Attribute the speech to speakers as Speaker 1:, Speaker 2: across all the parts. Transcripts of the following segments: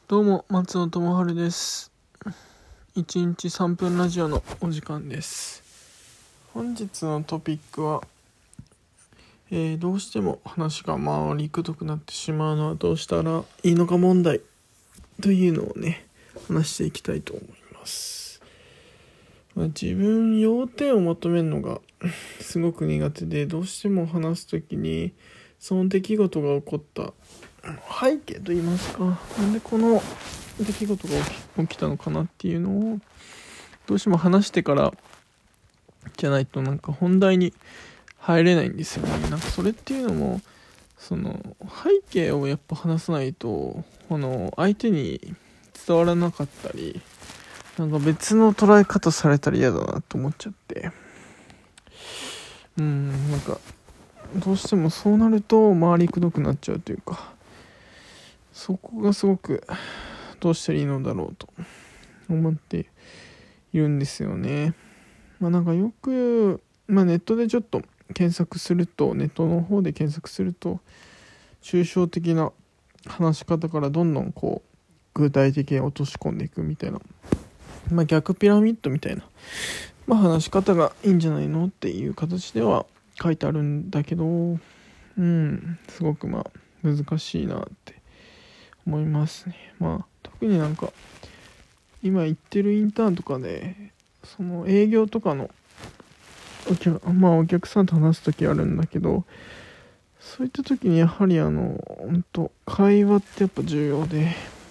Speaker 1: どうも、松尾智春です。1日3分ラジオのお時間です。本日のトピックは、どうしても話が回りくどくなってしまうのはどうしたらいいのか問題というのをね、話していきたいと思います。自分要点をまとめるのがすごく苦手で、どうしても話すときにその出来事が起こった背景といいますか、なんでこの出来事が起きたのかなっていうのをどうしても話してからじゃないとなんか本題に入れないんですよね。なんかそれっていうのもその背景をやっぱ話さないと相手に伝わらなかったり、なんか別の捉え方されたら嫌だなと思っちゃって、なんかどうしてもそうなると回りくどくなっちゃうというか、そこがすごくどうしたらいいのだろうと思っているんですよね。なんかよく、ネットでちょっと検索すると、ネットの方で検索すると、抽象的な話し方からどんどんこう具体的に落とし込んでいくみたいな、逆ピラミッドみたいな、話し方がいいんじゃないのっていう形では書いてあるんだけど、すごく難しいなって思いますね。特になんか今行ってるインターンとかでその営業とかのお客さんと話す時あるんだけど、そういった時にやはり会話ってやっぱ重要で、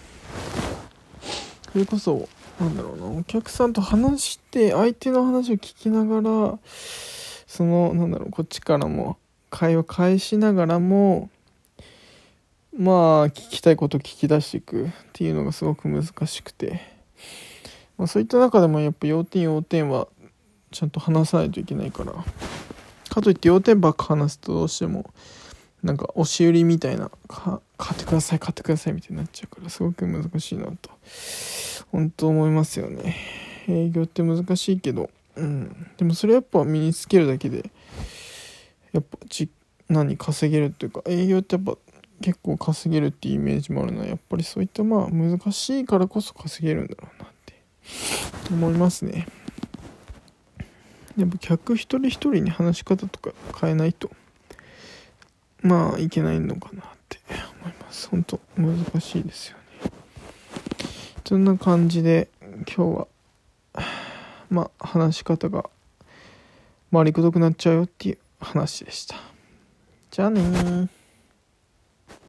Speaker 1: それこそお客さんと話して相手の話を聞きながら、こっちからも会話返しながらも聞きたいことを聞き出していくっていうのがすごく難しくて、そういった中でもやっぱ要点はちゃんと話さないといけないから、かといって要点ばっか話すとどうしてもなんか押し売りみたいな、買ってくださいみたいになっちゃうから、すごく難しいなと本当思いますよね。営業って難しいけど、でもそれやっぱ身につけるだけでやっぱ稼げるっていうか、営業ってやっぱ結構稼げるっていうイメージもあるのは、やっぱりそういった難しいからこそ稼げるんだろうなって思いますね。やっぱ客一人一人に話し方とか変えないといけないのかなって思います。本当難しいですよね。そんな感じで今日は話し方が回りくどくなっちゃうよっていう話でした。じゃあねー。